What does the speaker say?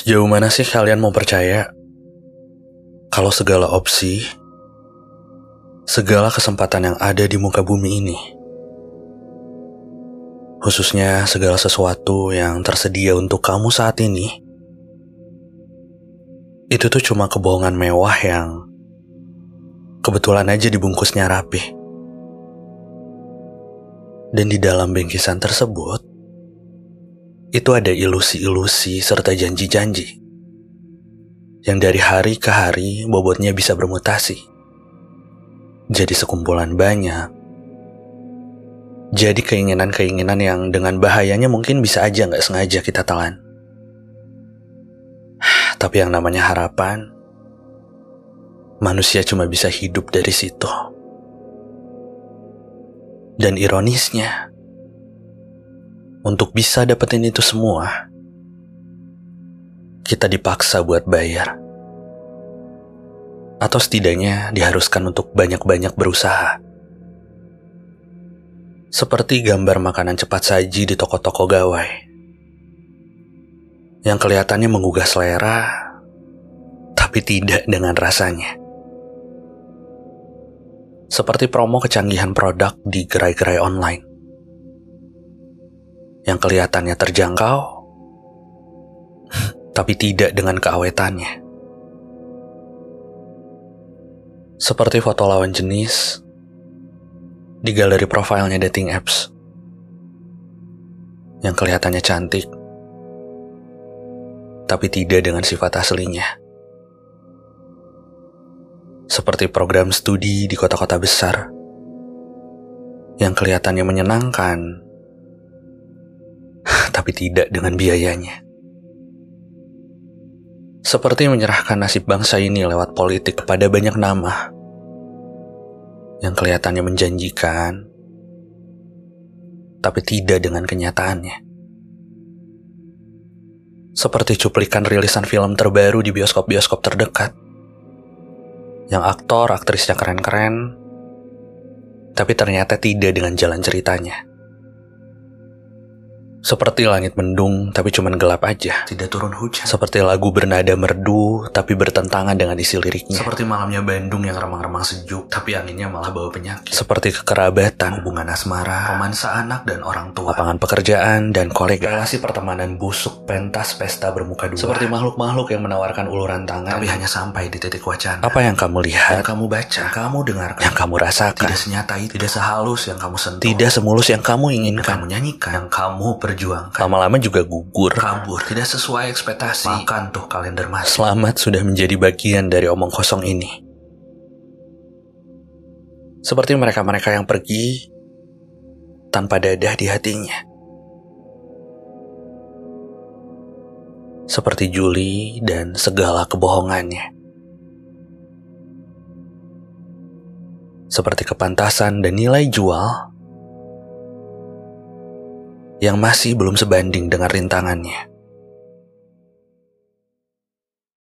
Sejauh mana sih kalian mau percaya kalau segala opsi, segala kesempatan yang ada di muka bumi ini, khususnya segala sesuatu yang tersedia untuk kamu saat ini, itu tuh cuma kebohongan mewah yang kebetulan aja dibungkusnya rapi. Dan di dalam bingkisan tersebut, itu ada ilusi-ilusi serta janji-janji yang dari hari ke hari bobotnya bisa bermutasi. Jadi sekumpulan banyak. Jadi keinginan-keinginan yang dengan bahayanya mungkin bisa aja gak sengaja kita telan. Tapi yang namanya harapan, manusia cuma bisa hidup dari situ. Dan ironisnya, untuk bisa dapetin itu semua, kita dipaksa buat bayar. Atau setidaknya diharuskan untuk banyak-banyak berusaha. Seperti gambar makanan cepat saji di toko-toko gawai, yang kelihatannya menggugah selera, tapi tidak dengan rasanya. Seperti promo kecanggihan produk di gerai-gerai online, yang kelihatannya terjangkau, tapi tidak dengan keawetannya. Seperti foto lawan jenis di galeri profilnya dating apps, yang kelihatannya cantik, tapi tidak dengan sifat aslinya. Seperti program studi di kota-kota besar, yang kelihatannya menyenangkan, tapi tidak dengan biayanya. Seperti menyerahkan nasib bangsa ini lewat politik kepada banyak nama yang kelihatannya menjanjikan, tapi tidak dengan kenyataannya. Seperti cuplikan rilisan film terbaru di bioskop-bioskop terdekat, yang aktor aktrisnya keren-keren, tapi ternyata tidak dengan jalan ceritanya. Seperti langit mendung, tapi cuman gelap aja. Tidak turun hujan. Seperti lagu bernada merdu, tapi bertentangan dengan isi liriknya. Seperti malamnya Bandung yang remang-remang sejuk, tapi anginnya malah bawa penyakit. Seperti kekerabatan, hubungan asmara, romansa anak dan orang tua, lapangan pekerjaan dan kolega, relasi pertemanan busuk, pentas pesta bermuka dua. Seperti makhluk-makhluk yang menawarkan uluran tangan, tapi hanya sampai di titik wacana. Apa yang kamu lihat, yang kamu baca, yang kamu dengarkan, yang kamu rasakan, tidak senyata itu, tidak sehalus yang kamu sentuh, tidak semulus yang kamu inginkan, yang kamu nyanyikan, yang kamu perjuangkan. Lama-lama juga gugur, kabur, tidak sesuai ekspektasi. Makan tuh kalender mas. Selamat sudah menjadi bagian dari omong kosong ini. Seperti mereka-mereka yang pergi tanpa dadah di hatinya. Seperti Juli dan segala kebohongannya. Seperti kepantasan dan nilai jual yang masih belum sebanding dengan rintangannya.